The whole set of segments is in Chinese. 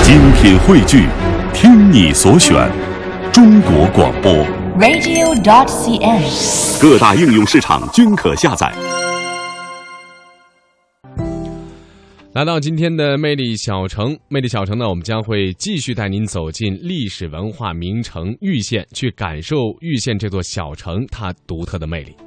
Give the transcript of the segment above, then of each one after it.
精品汇聚，听你所选，中国广播 radio.cn， 各大应用市场均可下载。 来到今天的魅力小城，魅力小城呢，我们将会继续带您走进历史文化名城玉县，去感受玉县这座小城它独特的魅力。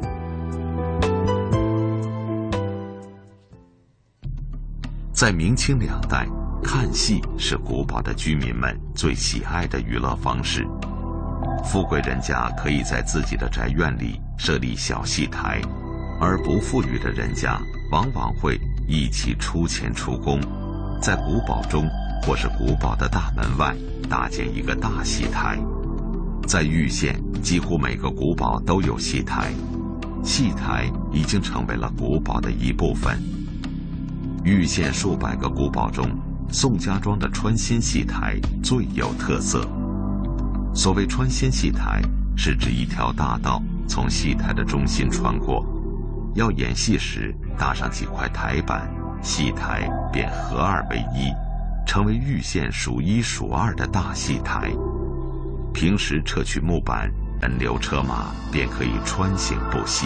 在明清两代，看戏是古堡的居民们最喜爱的娱乐方式。富贵人家可以在自己的宅院里设立小戏台，而不富裕的人家往往会一起出钱出工，在古堡中或是古堡的大门外搭建一个大戏台。在玉县，几乎每个古堡都有戏台，戏台已经成为了古堡的一部分。玉县数百个古堡中，宋家庄的穿心戏台最有特色。所谓穿心戏台，是指一条大道从戏台的中心穿过，要演戏时搭上几块台板，戏台便合二为一，成为玉县数一数二的大戏台。平时撤去木板，人流车马便可以穿行不息。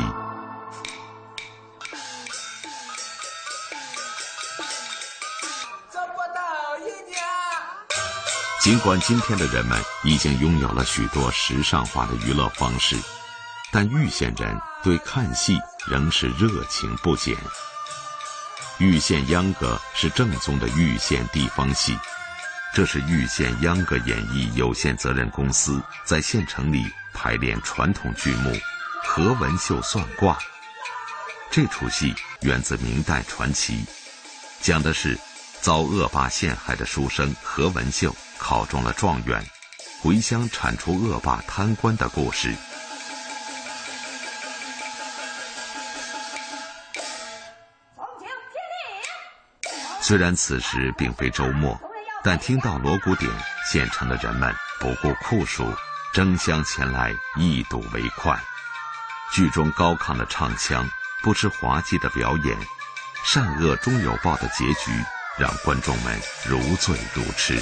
尽管今天的人们已经拥有了许多时尚化的娱乐方式，但玉县人对看戏仍是热情不减。玉县秧歌是正宗的玉县地方戏，这是玉县秧歌演艺有限责任公司在县城里排练传统剧目《何文秀算卦》。这出戏源自明代传奇，讲的是遭恶霸陷害的书生何文秀考中了状元，回乡铲除恶霸贪官的故事。虽然此时并非周末，但听到锣鼓点，县城的人们不顾酷暑，争相前来一睹为快。剧中高亢的唱腔，不失滑稽的表演，善恶终有报的结局，让观众们如醉如痴。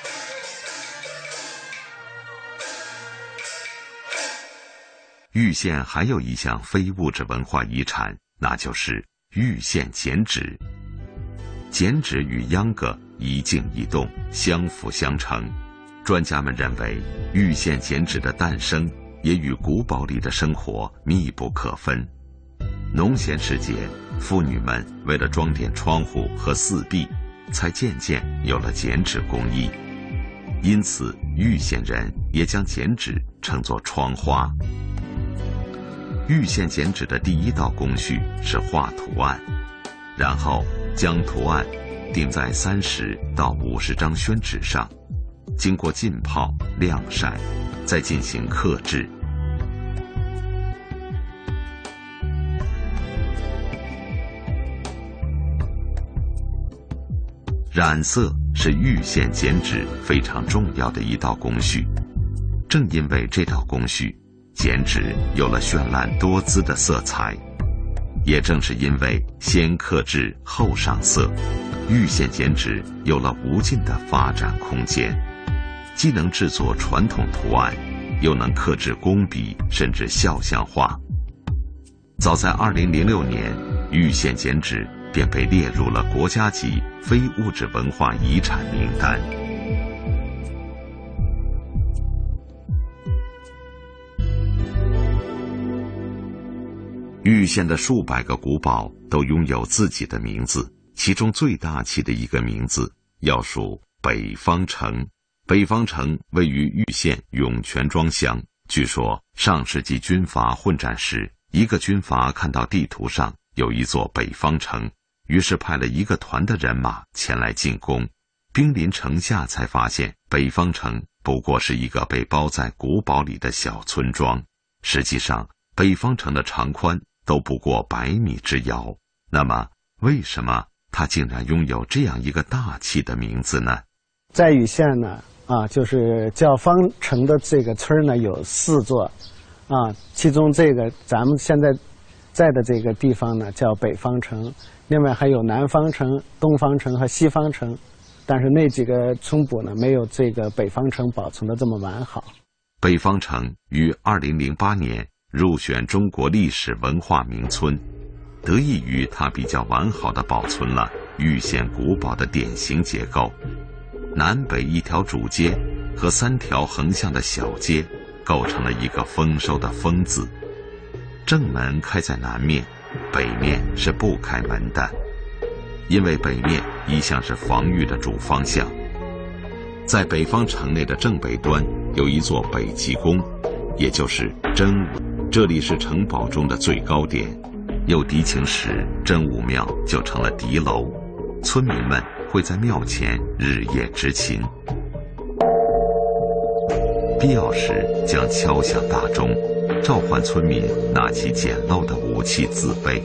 玉县还有一项非物质文化遗产，那就是玉县剪纸。剪纸与秧歌一静一动，相辅相成。专家们认为，玉县剪纸的诞生也与古堡里的生活密不可分。农闲时节，妇女们为了装点窗户和四壁，才渐渐有了剪纸工艺。因此，玉县人也将剪纸称作窗花。玉县剪纸的第一道工序是画图案，然后将图案钉在30到50张宣纸上，经过浸泡、晾晒，再进行刻制。染色是玉县剪纸非常重要的一道工序，正因为这道工序，剪纸有了绚烂多姿的色彩。也正是因为先刻制后上色，玉县剪纸有了无尽的发展空间，既能制作传统图案，又能刻制工笔甚至肖像画。早在2006年，玉县剪纸便被列入了国家级非物质文化遗产名单。玉县的数百个古堡都拥有自己的名字，其中最大气的一个名字要数北方城。北方城位于玉县涌泉庄乡，据说上世纪军阀混战时，一个军阀看到地图上有一座北方城，于是派了一个团的人马前来进攻。兵临城下才发现，北方城不过是一个被包在古堡里的小村庄。实际上，北方城的长宽都不过100米之遥。那么，为什么它竟然拥有这样一个大气的名字呢？ 在玉县呢，就是叫方城的这个村呢有4座，其中这个咱们现在在的这个地方呢叫北方城，另外还有南方城、东方城和西方城。 但是那几个村堡呢，没有这个北方城保存的这么完好。 北方城于2008年入选中国历史文化名村，得益于它比较完好地保存了玉县古堡的典型结构。南北一条主街和3条横向的小街构成了一个丰收的丰字。正门开在南面，北面是不开门的，因为北面一向是防御的主方向。在北方城内的正北端有一座北极宫，也就是真武，这里是城堡中的最高点。有敌情时，真武庙就成了敌楼，村民们会在庙前日夜执勤，必要时将敲响大钟，召唤村民拿起简陋的武器自备。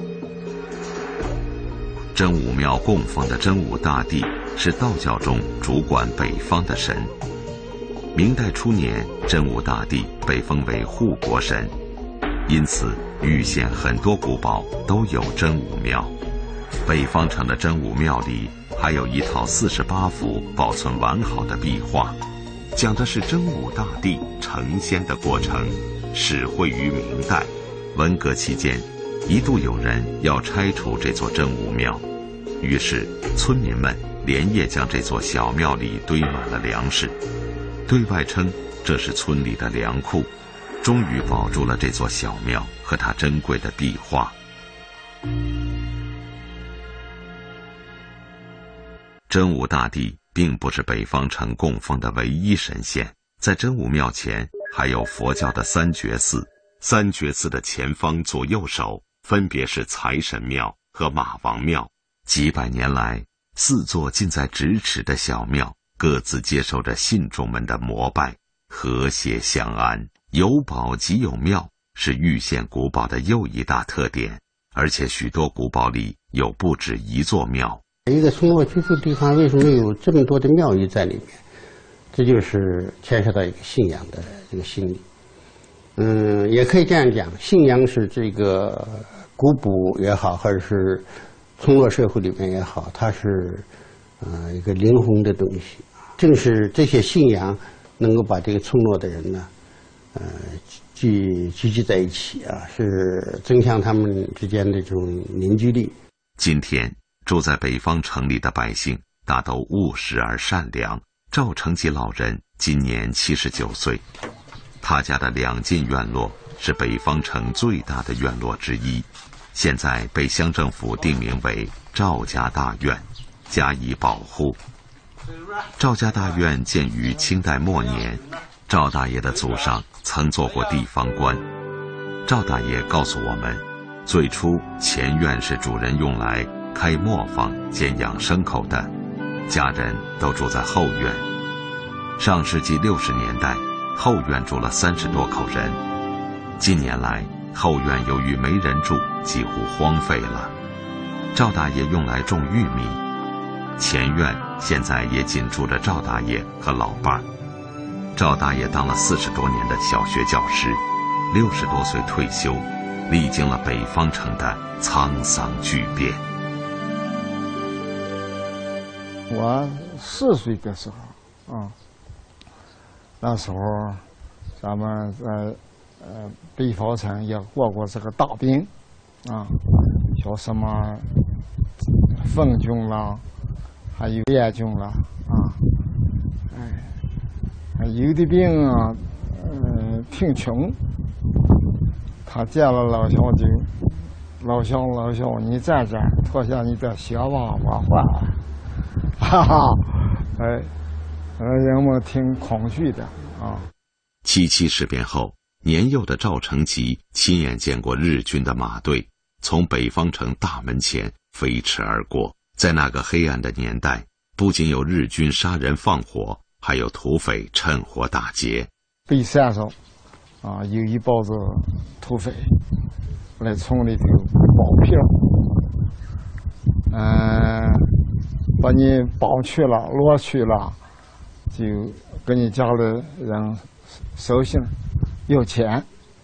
真武庙供奉的真武大帝是道教中主管北方的神。明代初年，真武大帝被封为护国神，因此玉县很多古堡都有真武庙。北方城的真武庙里还有一套48幅保存完好的壁画，讲的是真武大帝成仙的过程，始绘于明代。文革期间，一度有人要拆除这座真武庙，于是村民们连夜将这座小庙里堆满了粮食，对外称这是村里的粮库，终于保住了这座小庙和它珍贵的壁画。真武大帝并不是北方城供奉的唯一神仙，在真武庙前还有佛教的三觉寺，三觉寺的前方左右手分别是财神庙和马王庙。几百年来，4座近在咫尺的小庙各自接受着信众们的膜拜，和谐相安。有堡即有庙是玉县古堡的又一大特点，而且许多古堡里有不止一座庙。 一个村落居住地方为什么有这么多的庙宇在里面？这就是牵涉到一个信仰的这个心理。也可以这样讲，信仰是这个古堡也好，或者是村落社会里面也好，它是一个灵魂的东西。正是这些信仰能够把这个村落的人呢，聚集在一起啊，是增强他们之间的这种凝聚力。 今天住在北方城里的百姓大都务实而善良。赵成吉老人今年79岁，他家的2进院落是北方城最大的院落之一，现在被乡政府定名为赵家大院，加以保护。赵家大院建于清代末年，赵大爷的祖上曾做过地方官。赵大爷告诉我们，最初前院是主人用来开磨坊兼养牲口的，家人都住在后院。上世纪60年代，后院住了30多口人。近年来，后院由于没人住，几乎荒废了。赵大爷用来种玉米。前院现在也仅住着赵大爷和老伴儿。赵大爷当了40多年的小学教师，60多岁退休，历经了北方城的沧桑巨变。 我4岁的时候，那时候咱们在北方城也过过这个大病，叫什么风菌啦，还有炎菌啦，有的病啊，挺穷，他见了老乡就，老乡，你站站，脱下你的鞋袜我换，哈哈，人们挺恐惧的啊。 7七事变后，年幼的赵成吉亲眼见过日军的马队从北方城大门前飞驰而过。在那个黑暗的年代，不仅有日军杀人放火，还有土匪趁火打劫。 北山上有一帮子土匪来村里头绑票，把你绑去了落去了，就跟你家里人收信要钱，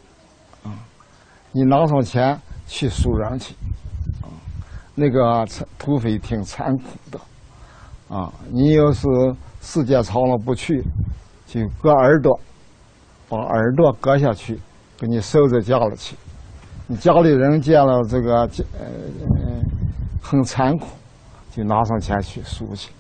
你拿上钱去赎人去，那个土匪挺残酷的， 啊，你要是时间长了不去，就割耳朵，把耳朵割下去，给你收在家里去。你家里人见了这个很残酷，就拿上前去赎去。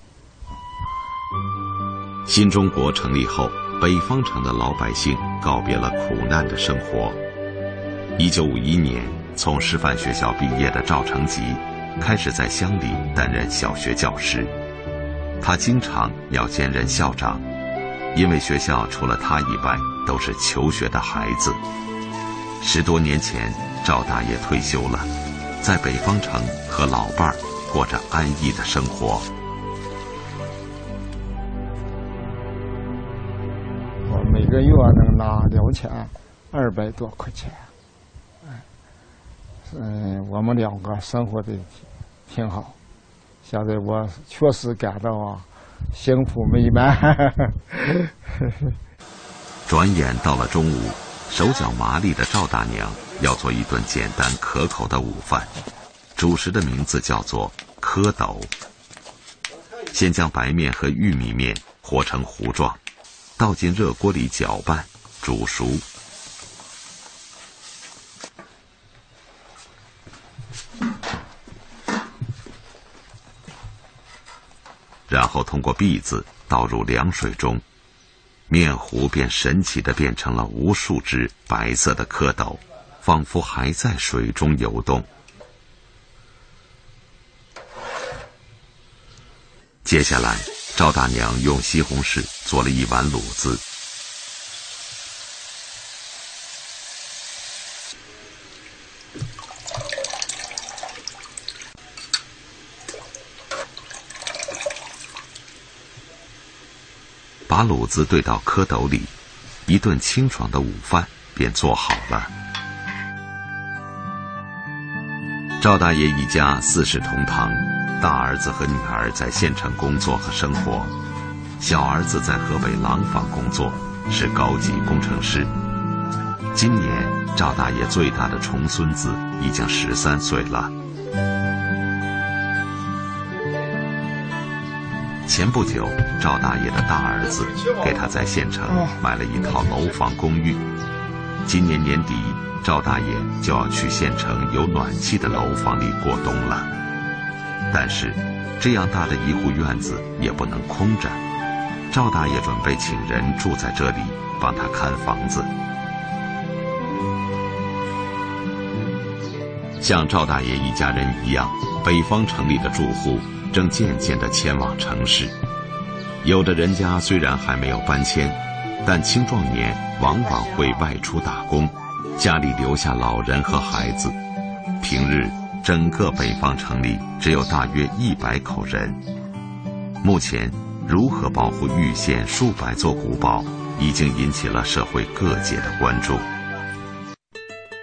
新中国成立后，北方城的老百姓告别了苦难的生活。1951年，从师范学校毕业的赵成吉，开始在乡里担任小学教师。他经常要兼任校长，因为学校除了他以外都是求学的孩子。10多年前，赵大爷退休了，在北方城和老伴儿过着安逸的生活。 我每个月能拿2200多块钱。我们两个生活的挺好。现在我确实感到幸福美满。 转眼到了中午，手脚麻利的赵大娘要做一顿简单可口的午饭，主食的名字叫做蝌蚪。先将白面和玉米面和成糊状，倒进热锅里搅拌煮熟，然后通过篦子倒入凉水中，面糊便神奇地变成了无数只白色的蝌蚪，仿佛还在水中游动。接下来，赵大娘用西红柿做了一碗卤子，把卤子兑到蝌蚪里，一顿清爽的午饭便做好了。赵大爷一家4世同堂，大儿子和女儿在县城工作和生活，小儿子在河北廊坊工作，是高级工程师。今年赵大爷最大的重孙子已经13岁了。前不久，赵大爷的大儿子给他在县城买了一套楼房公寓。今年年底，赵大爷就要去县城有暖气的楼房里过冬了。但是，这样大的一户院子也不能空着。赵大爷准备请人住在这里，帮他看房子。像赵大爷一家人一样，北方城里的住户正渐渐地迁往城市。有的人家虽然还没有搬迁，但青壮年往往会外出打工，家里留下老人和孩子。平日整个北方城里只有大约100口人。目前，如何保护玉县数百座古堡，已经引起了社会各界的关注。